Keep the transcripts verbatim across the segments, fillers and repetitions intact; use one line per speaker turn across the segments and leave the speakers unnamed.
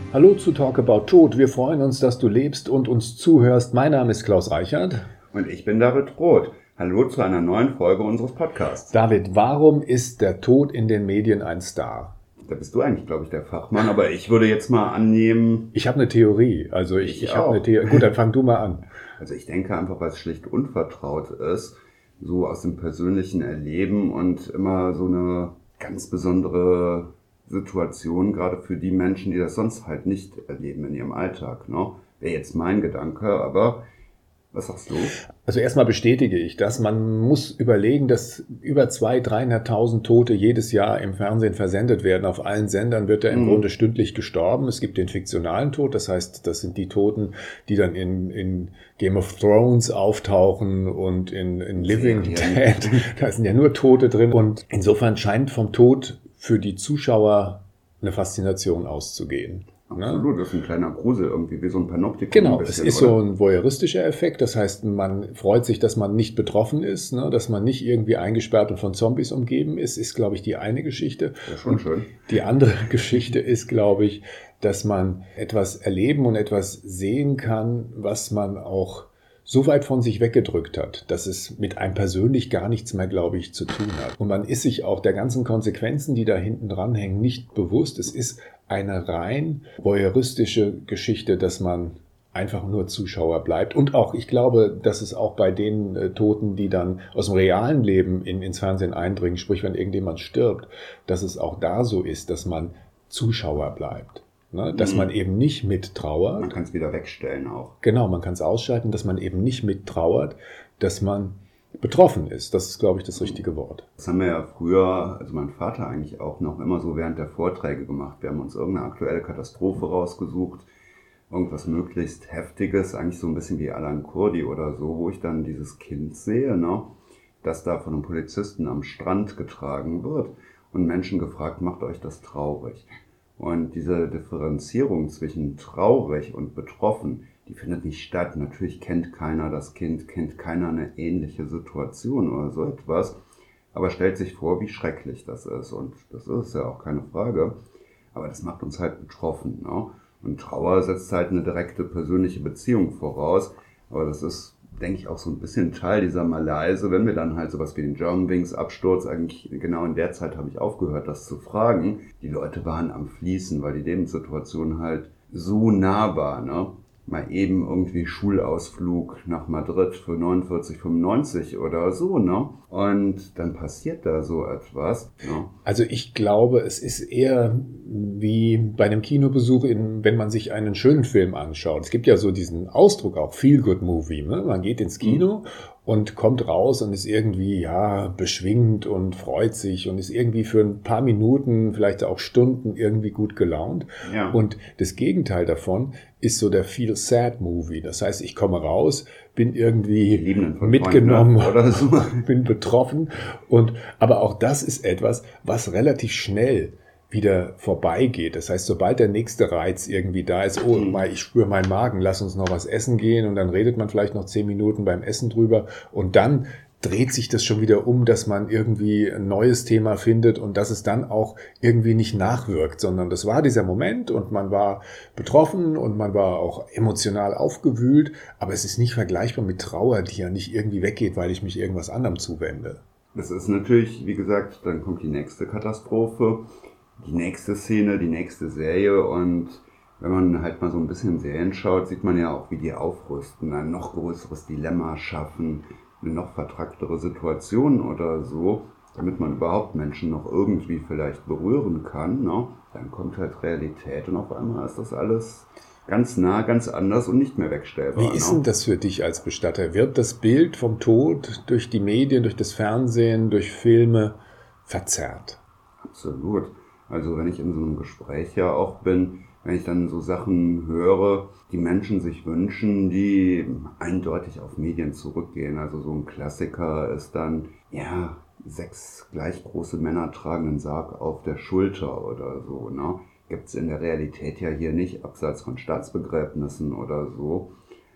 Hallo zu Talk About Tod. Wir freuen uns, dass du lebst und uns zuhörst. Mein Name ist Klaus Reichert.
Und ich bin David Roth. Hallo zu einer neuen Folge unseres Podcasts.
David, warum ist der Tod in den Medien ein Star?
Da bist du eigentlich, glaube ich, der Fachmann. Aber ich würde jetzt mal annehmen...
Ich habe eine Theorie. Also ich,
ich,
ich habe eine Theorie. Gut, dann fang du mal an.
Also ich denke einfach, weil es schlicht unvertraut ist, so aus dem persönlichen Erleben und immer so eine ganz besondere Situation, gerade für die Menschen, die das sonst halt nicht erleben in ihrem Alltag. Ne? Wäre jetzt mein Gedanke, aber was sagst du?
Also erstmal bestätige ich das. Man muss überlegen, dass über zweihunderttausend, dreihunderttausend Tote jedes Jahr im Fernsehen versendet werden. Auf allen Sendern wird er im mhm. Grunde stündlich gestorben. Es gibt den fiktionalen Tod, das heißt, das sind die Toten, die dann in, in Game of Thrones auftauchen und in, in Living Dead. Da sind ja nur Tote drin. Und insofern scheint vom Tod für die Zuschauer eine Faszination auszugehen.
Absolut, das ist ein kleiner Grusel irgendwie, wie so ein Panoptikum.
Genau,
bisschen,
es ist
oder?
so ein voyeuristischer Effekt, das heißt, man freut sich, dass man nicht betroffen ist, ne, dass man nicht irgendwie eingesperrt und von Zombies umgeben ist, ist, glaube ich, die eine Geschichte.
Ja, schon schön.
Die andere Geschichte ist, glaube ich, dass man etwas erleben und etwas sehen kann, was man auch so weit von sich weggedrückt hat, dass es mit einem persönlich gar nichts mehr, glaube ich, zu tun hat. Und man ist sich auch der ganzen Konsequenzen, die da hinten dranhängen, nicht bewusst. Es ist eine rein voyeuristische Geschichte, dass man einfach nur Zuschauer bleibt. Und auch, ich glaube, dass es auch bei den äh, Toten, die dann aus dem realen Leben in, ins Fernsehen eindringen, sprich, wenn irgendjemand stirbt, dass es auch da so ist, dass man Zuschauer bleibt. Ne, dass man eben nicht mittrauert.
Man kann es wieder wegstellen auch.
Genau, man kann es ausschalten, dass man eben nicht mittrauert, dass man betroffen ist. Das ist, glaube ich, das richtige Wort.
Das haben wir ja früher, also mein Vater eigentlich auch noch immer so während der Vorträge gemacht. Wir haben uns irgendeine aktuelle Katastrophe rausgesucht, irgendwas möglichst Heftiges, eigentlich so ein bisschen wie Alan Kurdi oder so, wo ich dann dieses Kind sehe, ne, das da von einem Polizisten am Strand getragen wird und Menschen gefragt, macht euch das traurig? Und diese Differenzierung zwischen traurig und betroffen, die findet nicht statt. Natürlich kennt keiner das Kind, kennt keiner eine ähnliche Situation oder so etwas, aber stellt sich vor, wie schrecklich das ist. Und das ist ja auch keine Frage, aber das macht uns halt betroffen. Ne? Und Trauer setzt halt eine direkte persönliche Beziehung voraus, aber das ist, denke ich, auch so ein bisschen Teil dieser Malaise, wenn wir dann halt sowas wie den Germanwings Absturz, eigentlich genau in der Zeit habe ich aufgehört, das zu fragen. Die Leute waren am Fließen, weil die Lebenssituation halt so nah war, ne? Mal eben irgendwie Schulausflug nach Madrid für neunundvierzig, fünfundneunzig oder so, ne? Und dann passiert da so etwas. Ne?
Also ich glaube, es ist eher wie bei einem Kinobesuch, in, wenn man sich einen schönen Film anschaut. Es gibt ja so diesen Ausdruck auch, Feel-Good-Movie. Ne? Man geht ins Kino mhm. und kommt raus und ist irgendwie ja beschwingt und freut sich und ist irgendwie für ein paar Minuten, vielleicht auch Stunden irgendwie gut gelaunt.
Ja.
Und das Gegenteil davon ist so der Feel-Sad-Movie. Das heißt, ich komme raus, bin irgendwie mitgenommen
oder so.
bin betroffen. Und, aber auch das ist etwas, was relativ schnell wieder vorbeigeht. Das heißt, sobald der nächste Reiz irgendwie da ist, oh, ich spüre meinen Magen, lass uns noch was essen gehen und dann redet man vielleicht noch zehn Minuten beim Essen drüber und dann dreht sich das schon wieder um, dass man irgendwie ein neues Thema findet und dass es dann auch irgendwie nicht nachwirkt, sondern das war dieser Moment und man war betroffen und man war auch emotional aufgewühlt, aber es ist nicht vergleichbar mit Trauer, die ja nicht irgendwie weggeht, weil ich mich irgendwas anderem zuwende.
Das ist natürlich, wie gesagt, dann kommt die nächste Katastrophe, die nächste Szene, die nächste Serie und wenn man halt mal so ein bisschen Serien schaut, sieht man ja auch, wie die aufrüsten, ein noch größeres Dilemma schaffen, eine noch vertracktere Situation oder so, damit man überhaupt Menschen noch irgendwie vielleicht berühren kann, ne? Dann kommt halt Realität und auf einmal ist das alles ganz nah, ganz anders und nicht mehr wegstellbar.
Wie ist denn das für dich als Bestatter? Wird das Bild vom Tod durch die Medien, durch das Fernsehen, durch Filme verzerrt?
Absolut. Also wenn ich in so einem Gespräch ja auch bin, wenn ich dann so Sachen höre, die Menschen sich wünschen, die eindeutig auf Medien zurückgehen. Also so ein Klassiker ist dann, ja, sechs gleich große Männer tragen einen Sarg auf der Schulter oder so, ne? Gibt's in der Realität ja hier nicht, abseits von Staatsbegräbnissen oder so.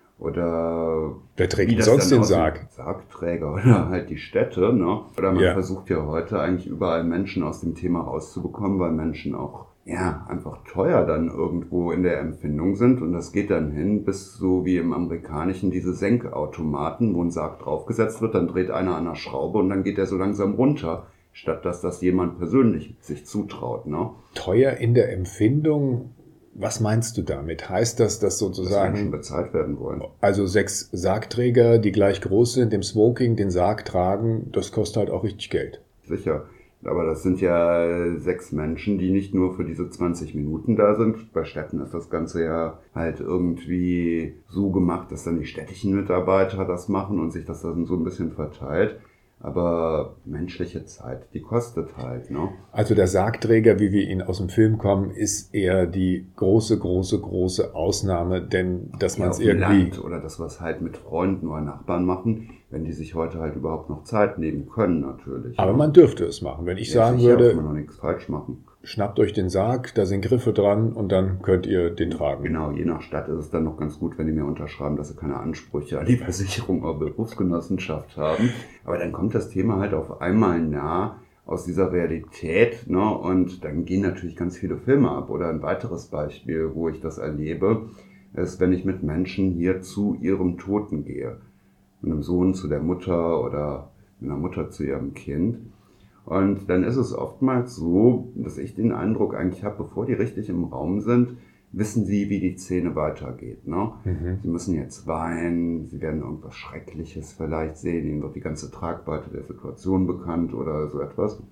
Oder
wer trägt denn sonst den Sarg?
Sargträger oder halt die Städte, ne? Oder man ja. versucht ja heute eigentlich überall Menschen aus dem Thema rauszubekommen, weil Menschen auch ja, einfach teuer dann irgendwo in der Empfindung sind. Und das geht dann hin bis so wie im Amerikanischen diese Senkautomaten, wo ein Sarg draufgesetzt wird, dann dreht einer an der Schraube und dann geht der so langsam runter, statt dass das jemand persönlich sich zutraut. Ne?
Teuer in der Empfindung, was meinst du damit? Heißt das, dass sozusagen...
Dass Menschen bezahlt werden wollen.
Also sechs Sargträger, die gleich groß sind, im Smoking den Sarg tragen, das kostet halt auch richtig Geld.
Sicher. Aber das sind ja sechs Menschen, die nicht nur für diese zwanzig Minuten da sind. Bei Städten ist das Ganze ja halt irgendwie so gemacht, dass dann die städtischen Mitarbeiter das machen und sich das dann so ein bisschen verteilt. Aber menschliche Zeit, die kostet halt, ne?
Also der Sargträger, wie wir ihn aus dem Film kommen, ist eher die große, große, große Ausnahme, denn dass man es
ja,
irgendwie...
Land oder dass wir es halt mit Freunden oder Nachbarn machen, wenn die sich heute halt überhaupt noch Zeit nehmen können, natürlich.
Aber man dürfte es machen. Wenn ich
ja,
sagen
sicher,
würde,
kann man noch nichts falsch machen.
Schnappt euch den Sarg, da sind Griffe dran und dann könnt ihr den tragen.
Genau, je nach Stadt ist es dann noch ganz gut, wenn die mir unterschreiben, dass sie keine Ansprüche an die Versicherung oder Berufsgenossenschaft haben. Aber dann kommt das Thema halt auf einmal nah aus dieser Realität, ne? Und dann gehen natürlich ganz viele Filme ab. Oder ein weiteres Beispiel, wo ich das erlebe, ist, wenn ich mit Menschen hier zu ihrem Toten gehe. Mit einem Sohn zu der Mutter oder mit einer Mutter zu ihrem Kind. Und dann ist es oftmals so, dass ich den Eindruck eigentlich habe, bevor die richtig im Raum sind, wissen sie, wie die Szene weitergeht. Ne? Mhm. Sie müssen jetzt weinen, sie werden irgendwas Schreckliches vielleicht sehen, ihnen wird die ganze Tragweite der Situation bekannt oder so etwas.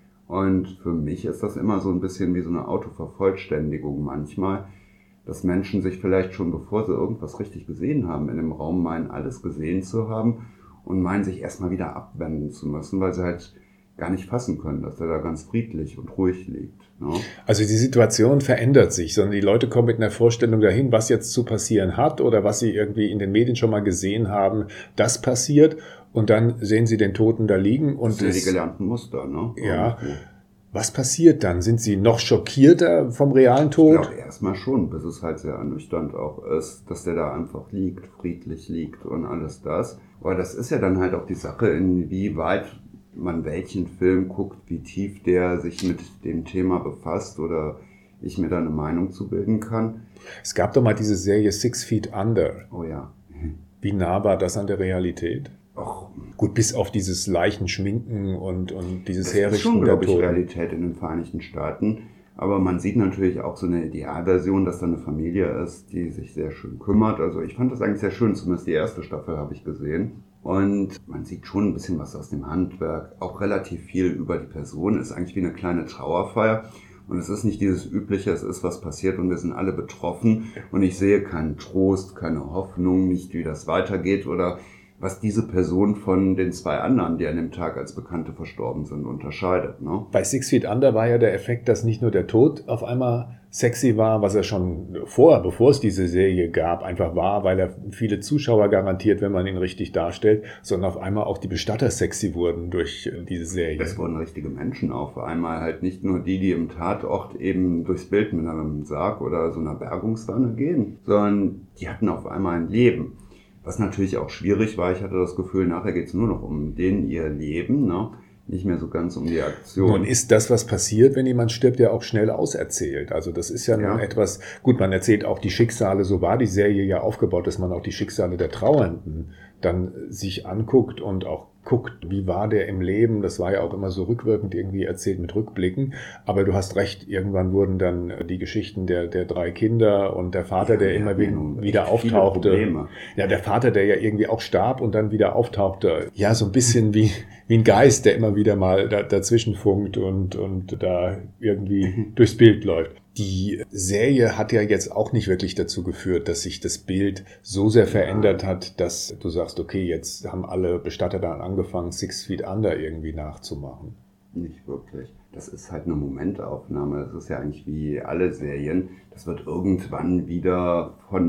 Und für mich ist das immer so ein bisschen wie so eine Autovervollständigung manchmal, dass Menschen sich vielleicht schon, bevor sie irgendwas richtig gesehen haben, in dem Raum meinen, alles gesehen zu haben und meinen, sich erstmal wieder abwenden zu müssen, weil sie halt gar nicht fassen können, dass er da ganz friedlich und ruhig liegt. Ne?
Also die Situation verändert sich, sondern die Leute kommen mit einer Vorstellung dahin, was jetzt zu passieren hat oder was sie irgendwie in den Medien schon mal gesehen haben, das passiert und dann sehen sie den Toten da liegen. Und
das sind ja die gelernten Muster. Ne?
Ja. Irgendwo. Was passiert dann? Sind sie noch schockierter vom realen Tod?
Ich glaube erstmal schon, bis es halt sehr ernüchternd auch ist, dass der da einfach liegt, friedlich liegt und alles das. Aber das ist ja dann halt auch die Sache, inwieweit man welchen Film guckt, wie tief der sich mit dem Thema befasst oder ich mir da eine Meinung zu bilden kann.
Es gab doch mal diese Serie Six Feet Under.
Oh ja.
Wie nah war das an der Realität?
Och.
Gut, bis auf dieses Leichenschminken und, und dieses
das
Herrichten
ist schon,
der
glaube ich,
Toten.
Realität in den Vereinigten Staaten. Aber man sieht natürlich auch so eine Idealversion, dass da eine Familie ist, die sich sehr schön kümmert. Also ich fand das eigentlich sehr schön, zumindest die erste Staffel habe ich gesehen. Und man sieht schon ein bisschen was aus dem Handwerk, auch relativ viel über die Person. Ist eigentlich wie eine kleine Trauerfeier. Und es ist nicht dieses Übliche, es ist was passiert und wir sind alle betroffen. Und ich sehe keinen Trost, keine Hoffnung, nicht wie das weitergeht oder was diese Person von den zwei anderen, die an dem Tag als Bekannte verstorben sind, unterscheidet. Ne?
Bei Six Feet Under war ja der Effekt, dass nicht nur der Tod auf einmal sexy war, was er schon vor, bevor es diese Serie gab, einfach war, weil er viele Zuschauer garantiert, wenn man ihn richtig darstellt, sondern auf einmal auch die Bestatter sexy wurden durch diese Serie.
Es wurden richtige Menschen auf einmal, halt nicht nur die, die im Tatort eben durchs Bild mit einem Sarg oder so einer Bergungswanne gehen, sondern die hatten auf einmal ein Leben. Was natürlich auch schwierig war, ich hatte das Gefühl, nachher geht es nur noch um den ihr Leben, ne? Nicht mehr so ganz um die Aktion.
Nun ist das, was passiert, wenn jemand stirbt, ja auch schnell auserzählt. Also das ist ja, ja. nun etwas, gut, man erzählt auch die Schicksale, so war die Serie ja aufgebaut, dass man auch die Schicksale der Trauernden dann sich anguckt und auch guckt, wie war der im Leben. Das war ja auch immer so rückwirkend irgendwie erzählt mit Rückblicken. Aber du hast recht, irgendwann wurden dann die Geschichten der, der drei Kinder und der Vater, ja, der immer wieder, wieder auftauchte. Ja, der Vater, der ja irgendwie auch starb und dann wieder auftauchte. Ja, so ein bisschen wie, wie ein Geist, der immer wieder mal da, dazwischen funkt und, und da irgendwie durchs Bild läuft. Die Serie hat ja jetzt auch nicht wirklich dazu geführt, dass sich das Bild so sehr verändert hat, dass du sagst, okay, jetzt haben alle Bestatter dann angefangen, Six Feet Under irgendwie nachzumachen.
Nicht wirklich. Das ist halt eine Momentaufnahme. Das ist ja eigentlich wie alle Serien. Das wird irgendwann wieder von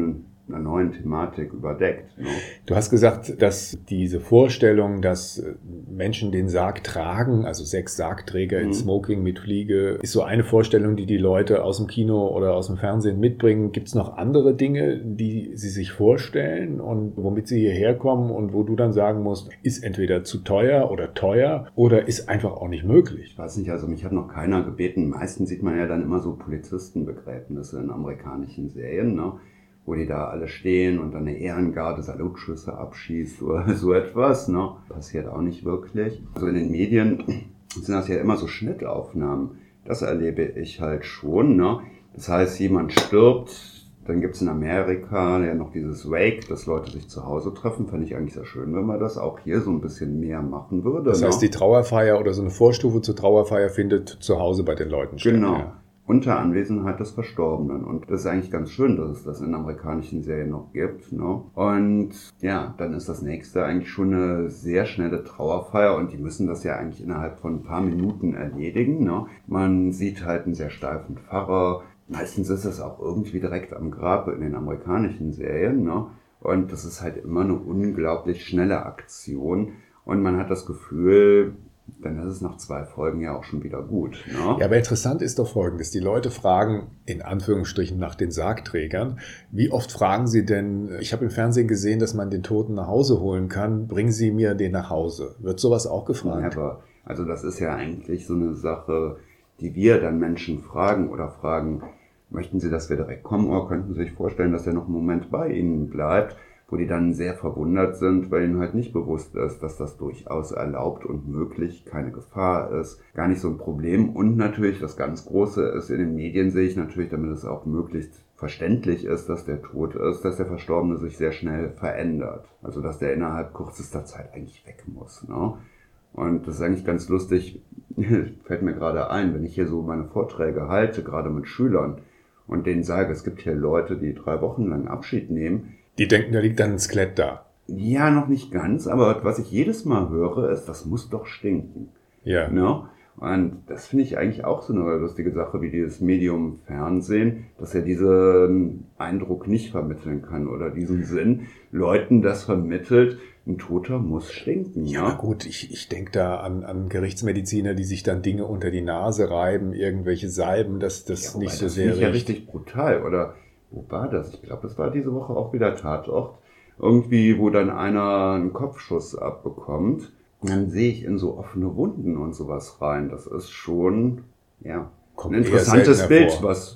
einer neuen Thematik überdeckt. Ne?
Du hast gesagt, dass diese Vorstellung, dass Menschen den Sarg tragen, also sechs Sargträger mhm. in Smoking mit Fliege, ist so eine Vorstellung, die die Leute aus dem Kino oder aus dem Fernsehen mitbringen. Gibt es noch andere Dinge, die sie sich vorstellen und womit sie hierher kommen und wo du dann sagen musst, ist entweder zu teuer oder teuer oder ist einfach auch nicht möglich?
Ich weiß nicht, also mich hat noch keiner gebeten. Meistens sieht man ja dann immer so Polizistenbegräbnisse in amerikanischen Serien, ne? Wo die da alle stehen und dann eine Ehrengarde Salutschüsse abschießt oder so etwas, ne? Passiert auch nicht wirklich. Also in den Medien sind das ja immer so Schnittaufnahmen. Das erlebe ich halt schon, ne? Das heißt, jemand stirbt, dann gibt's in Amerika ja noch dieses Wake, dass Leute sich zu Hause treffen. Fände ich eigentlich sehr schön, wenn man das auch hier so ein bisschen mehr machen würde.
Das heißt,
ne?
Die Trauerfeier oder so eine Vorstufe zur Trauerfeier findet zu Hause bei den Leuten statt.
Genau.
Ja.
Unter Anwesenheit des Verstorbenen. Und das ist eigentlich ganz schön, dass es das in amerikanischen Serien noch gibt. Ne? Und ja, dann ist das nächste eigentlich schon eine sehr schnelle Trauerfeier und die müssen das ja eigentlich innerhalb von ein paar Minuten erledigen. Ne? Man sieht halt einen sehr steifen Pfarrer. Meistens ist es auch irgendwie direkt am Grab in den amerikanischen Serien. Ne? Und das ist halt immer eine unglaublich schnelle Aktion. Und man hat das Gefühl, dann ist es nach zwei Folgen ja auch schon wieder gut. Ne?
Ja, aber interessant ist doch Folgendes. Die Leute fragen, in Anführungsstrichen, nach den Sargträgern. Wie oft fragen sie denn, ich habe im Fernsehen gesehen, dass man den Toten nach Hause holen kann. Bringen Sie mir den nach Hause. Wird sowas auch gefragt?
Never. Also das ist ja eigentlich so eine Sache, die wir dann Menschen fragen oder fragen, möchten Sie, dass wir direkt kommen oder könnten Sie sich vorstellen, dass er noch einen Moment bei Ihnen bleibt? Wo die dann sehr verwundert sind, weil ihnen halt nicht bewusst ist, dass das durchaus erlaubt und möglich, keine Gefahr ist, gar nicht so ein Problem. Und natürlich das ganz Große ist, in den Medien sehe ich natürlich, damit es auch möglichst verständlich ist, dass der tot ist, dass der Verstorbene sich sehr schnell verändert. Also dass der innerhalb kürzester Zeit eigentlich weg muss. Ne? Und das ist eigentlich ganz lustig, fällt mir gerade ein, wenn ich hier so meine Vorträge halte, gerade mit Schülern, und denen sage, es gibt hier Leute, die drei Wochen lang Abschied nehmen.
Die denken, da liegt dann ein Skelett da.
Ja, noch nicht ganz, aber was ich jedes Mal höre, ist, das muss doch stinken.
Ja.
Ne? Und das finde ich eigentlich auch so eine lustige Sache, wie dieses Medium Fernsehen, dass er diesen Eindruck nicht vermitteln kann oder diesen Sinn, Leuten das vermittelt, ein Toter muss stinken.
Ja,
ne?
gut, ich, ich denke da an, an Gerichtsmediziner, die sich dann Dinge unter die Nase reiben, irgendwelche Salben, dass das
ja,
nicht so
das
sehr
riecht. Das finde ich ja richtig brutal, oder? Wo war das? Ich glaube, das war diese Woche auch wieder Tatort. Irgendwie, wo dann einer einen Kopfschuss abbekommt. Und dann sehe ich in so offene Wunden und sowas rein. Das ist schon, ja,
kommt
ein interessantes Bild,
vor.
was,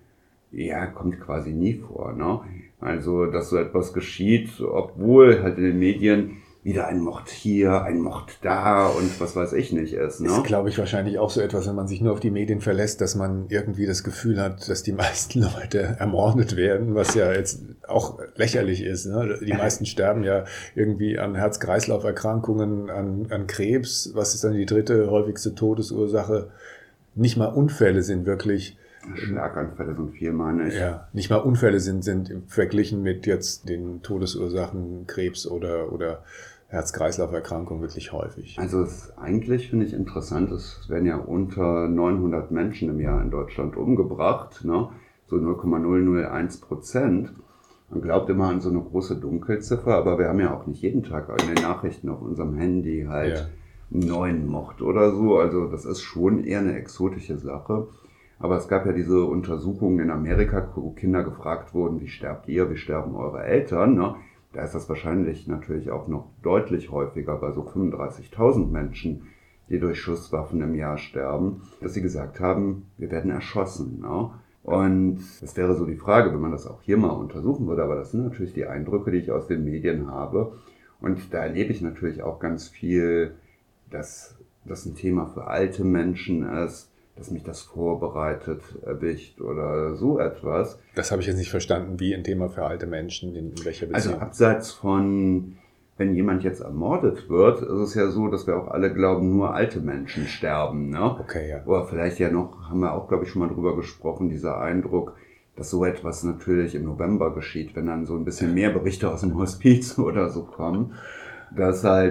ja, kommt quasi nie vor, ne? Also, dass so etwas geschieht, obwohl halt in den Medien wieder ein Mord hier, ein Mord da und was weiß ich nicht ist. Ne?
Ist, glaube ich, wahrscheinlich auch so etwas, wenn man sich nur auf die Medien verlässt, dass man irgendwie das Gefühl hat, dass die meisten Leute ermordet werden, was ja jetzt auch lächerlich ist. Ne? Die meisten sterben ja irgendwie an Herz-Kreislauf-Erkrankungen, an, an Krebs. Was ist dann die dritte häufigste Todesursache? Nicht mal Unfälle sind wirklich...
Schlaganfälle sind viel, meine ich.
Ja, nicht mal Unfälle sind, sind verglichen mit jetzt den Todesursachen Krebs oder, oder Herz-Kreislauf-Erkrankungen wirklich häufig.
Also es eigentlich finde ich interessant, es werden ja unter neunhundert Menschen im Jahr in Deutschland umgebracht, ne? So null Komma null null eins Prozent. Man glaubt immer an so eine große Dunkelziffer, aber wir haben ja auch nicht jeden Tag in den Nachrichten auf unserem Handy halt
Ja.
einen neuen Mord oder so. Also das ist schon eher eine exotische Sache. Aber es gab ja diese Untersuchungen in Amerika, wo Kinder gefragt wurden, wie sterbt ihr, wie sterben eure Eltern, ne? Da ist das wahrscheinlich natürlich auch noch deutlich häufiger bei so fünfunddreißigtausend Menschen, die durch Schusswaffen im Jahr sterben, dass sie gesagt haben, wir werden erschossen. Ne? Und es wäre so die Frage, wenn man das auch hier mal untersuchen würde, aber das sind natürlich die Eindrücke, die ich aus den Medien habe. Und da erlebe ich natürlich auch ganz viel, dass das ein Thema für alte Menschen ist, dass mich das vorbereitet, erwischt oder so etwas.
Das habe ich jetzt nicht verstanden, wie ein Thema für alte Menschen, in, in welcher Beziehung.
Also abseits von, wenn jemand jetzt ermordet wird, ist es ja so, dass wir auch alle glauben, nur alte Menschen sterben. Ne?
Okay, ja.
Oder vielleicht ja noch, haben wir auch, glaube ich, schon mal drüber gesprochen, dieser Eindruck, dass so etwas natürlich im November geschieht, wenn dann so ein bisschen mehr Berichte aus dem Hospiz oder so kommen, dass halt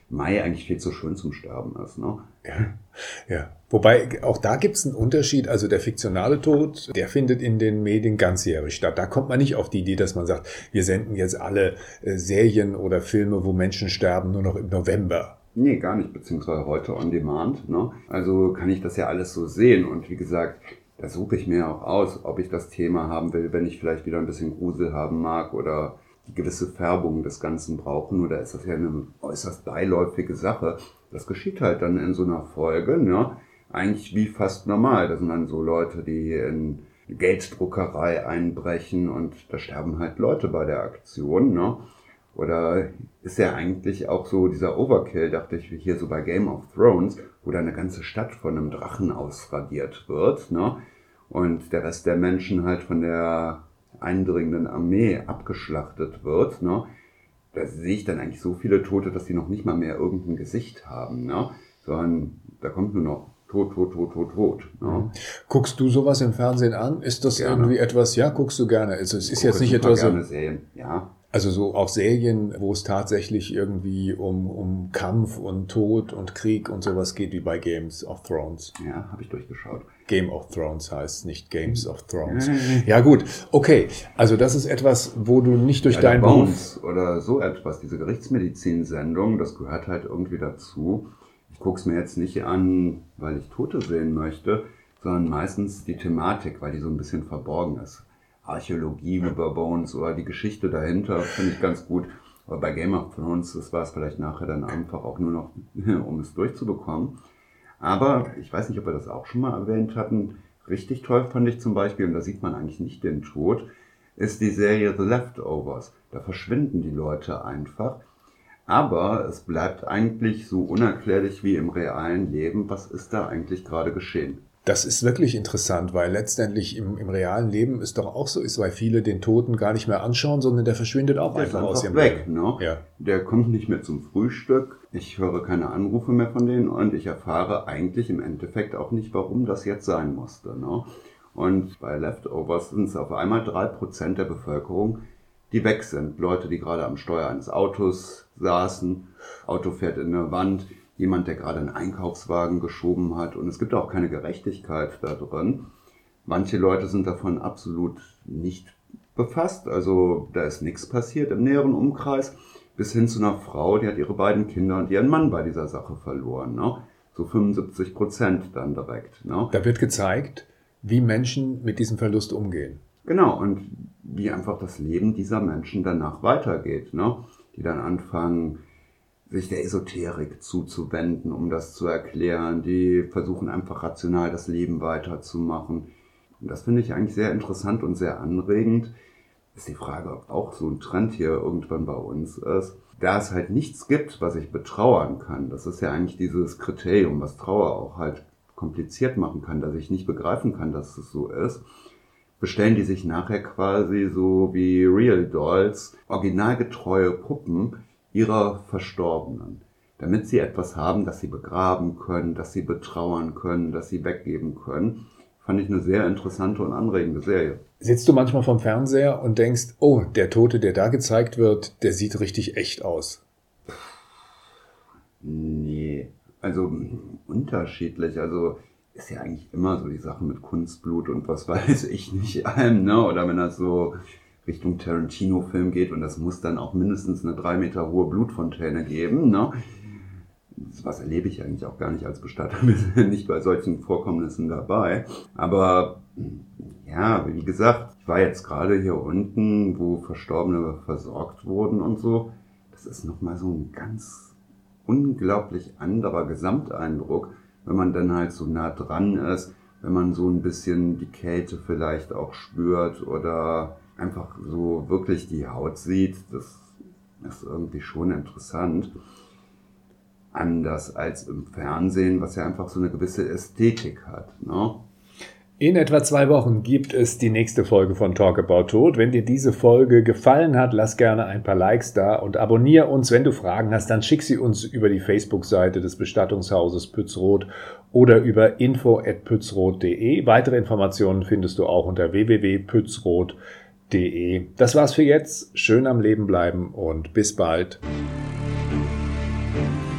Mai eigentlich viel zu schön zum Sterben ist. Ne?
Ja, ja. Wobei, auch da gibt es einen Unterschied. Also der fiktionale Tod, der findet in den Medien ganzjährig statt. Da kommt man nicht auf die Idee, dass man sagt, wir senden jetzt alle äh, Serien oder Filme, wo Menschen sterben, nur noch im November.
Nee, gar nicht, beziehungsweise heute on demand. Ne? Also kann ich das ja alles so sehen. Und wie gesagt, da suche ich mir auch aus, ob ich das Thema haben will, wenn ich vielleicht wieder ein bisschen Grusel haben mag oder die gewisse Färbung des Ganzen brauchen, oder ist das ja eine äußerst beiläufige Sache. Das geschieht halt dann in so einer Folge, ne? Eigentlich wie fast normal. Das sind dann so Leute, die in eine Gelddruckerei einbrechen und da sterben halt Leute bei der Aktion, ne? Oder ist ja eigentlich auch so dieser Overkill, dachte ich, wie hier so bei Game of Thrones, wo da eine ganze Stadt von einem Drachen ausradiert wird, ne? Und der Rest der Menschen halt von der eindringenden Armee abgeschlachtet wird, ne? Da sehe ich dann eigentlich so viele Tote, dass die noch nicht mal mehr irgendein Gesicht haben, ne? Sondern da kommt nur noch Tod, Tod, Tod, Tod, Tod. Ne?
Guckst du sowas im Fernsehen an? Ist das gerne. Irgendwie etwas, ja, guckst du gerne? Also es ist jetzt nicht etwas
gerne Serien, ja.
Also so auch Serien, wo es tatsächlich irgendwie um, um Kampf und Tod und Krieg und sowas geht, wie bei Games of Thrones.
Ja, habe ich durchgeschaut.
Game of Thrones heißt nicht Games of Thrones. Ja gut, okay. Also das ist etwas, wo du nicht durch ja, deinen
Bones oder so etwas, diese Gerichtsmedizin-Sendung, das gehört halt irgendwie dazu. Ich gucke es mir jetzt nicht an, weil ich Tote sehen möchte, sondern meistens die Thematik, weil die so ein bisschen verborgen ist. Archäologie über Bones oder die Geschichte dahinter finde ich ganz gut. Aber bei Game of Thrones, das war es vielleicht nachher dann einfach auch nur noch, um es durchzubekommen. Aber ich weiß nicht, ob wir das auch schon mal erwähnt hatten. Richtig toll fand ich zum Beispiel, und da sieht man eigentlich nicht den Tod, ist die Serie The Leftovers. Da verschwinden die Leute einfach. Aber es bleibt eigentlich so unerklärlich wie im realen Leben. Was ist da eigentlich gerade geschehen?
Das ist wirklich interessant, weil letztendlich im, im realen Leben es doch auch so ist, weil viele den Toten gar nicht mehr anschauen, sondern der verschwindet auch
der
einfach,
einfach
aus ihrem
weg.
Leben.
Ne?
Ja.
Der kommt nicht mehr zum Frühstück. Ich höre keine Anrufe mehr von denen und ich erfahre eigentlich im Endeffekt auch nicht, warum das jetzt sein musste. Ne? Und bei Leftovers sind es auf einmal drei Prozent der Bevölkerung, die weg sind. Leute, die gerade am Steuer eines Autos saßen, Auto fährt in eine Wand, jemand, der gerade einen Einkaufswagen geschoben hat. Und es gibt auch keine Gerechtigkeit da drin. Manche Leute sind davon absolut nicht befasst. Also da ist nichts passiert im näheren Umkreis. Bis hin zu einer Frau, die hat ihre beiden Kinder und ihren Mann bei dieser Sache verloren. Ne? So fünfundsiebzig Prozent dann direkt. Ne?
Da wird gezeigt, wie Menschen mit diesem Verlust umgehen.
Genau, und wie einfach das Leben dieser Menschen danach weitergeht. Ne? Die dann anfangen, sich der Esoterik zuzuwenden, um das zu erklären. Die versuchen einfach rational das Leben weiterzumachen. Und das finde ich eigentlich sehr interessant und sehr anregend. Ist die Frage, ob auch so ein Trend hier irgendwann bei uns ist. Da es halt nichts gibt, was ich betrauern kann, das ist ja eigentlich dieses Kriterium, was Trauer auch halt kompliziert machen kann, dass ich nicht begreifen kann, dass es so ist, bestellen die sich nachher quasi so wie Real Dolls, originalgetreue Puppen ihrer Verstorbenen, damit sie etwas haben, das sie begraben können, das sie betrauern können, das sie weggeben können. Fand ich eine sehr interessante und anregende Serie.
Sitzt du manchmal vorm Fernseher und denkst, oh, der Tote, der da gezeigt wird, der sieht richtig echt aus?
Nee, also unterschiedlich. Also ist ja eigentlich immer so die Sache mit Kunstblut und was weiß ich nicht allem, ne? Oder wenn das so Richtung Tarantino-Film geht und das muss dann auch mindestens eine drei Meter hohe Blutfontäne geben, ne? Was erlebe ich eigentlich auch gar nicht als Bestatter, wir sind nicht bei solchen Vorkommnissen dabei. Aber ja, wie gesagt, ich war jetzt gerade hier unten, wo Verstorbene versorgt wurden und so. Das ist nochmal so ein ganz unglaublich anderer Gesamteindruck, wenn man dann halt so nah dran ist, wenn man so ein bisschen die Kälte vielleicht auch spürt oder einfach so wirklich die Haut sieht. Das ist irgendwie schon interessant. Anders als im Fernsehen, was ja einfach so eine gewisse Ästhetik hat, ne?
In etwa zwei Wochen gibt es die nächste Folge von Talk About Tod. Wenn dir diese Folge gefallen hat, lass gerne ein paar Likes da und abonniere uns. Wenn du Fragen hast, dann schick sie uns über die Facebook-Seite des Bestattungshauses Pützroth oder über info at pützroth punkt de. Weitere Informationen findest du auch unter w w w punkt pützroth punkt de. Das war's für jetzt. Schön am Leben bleiben und bis bald.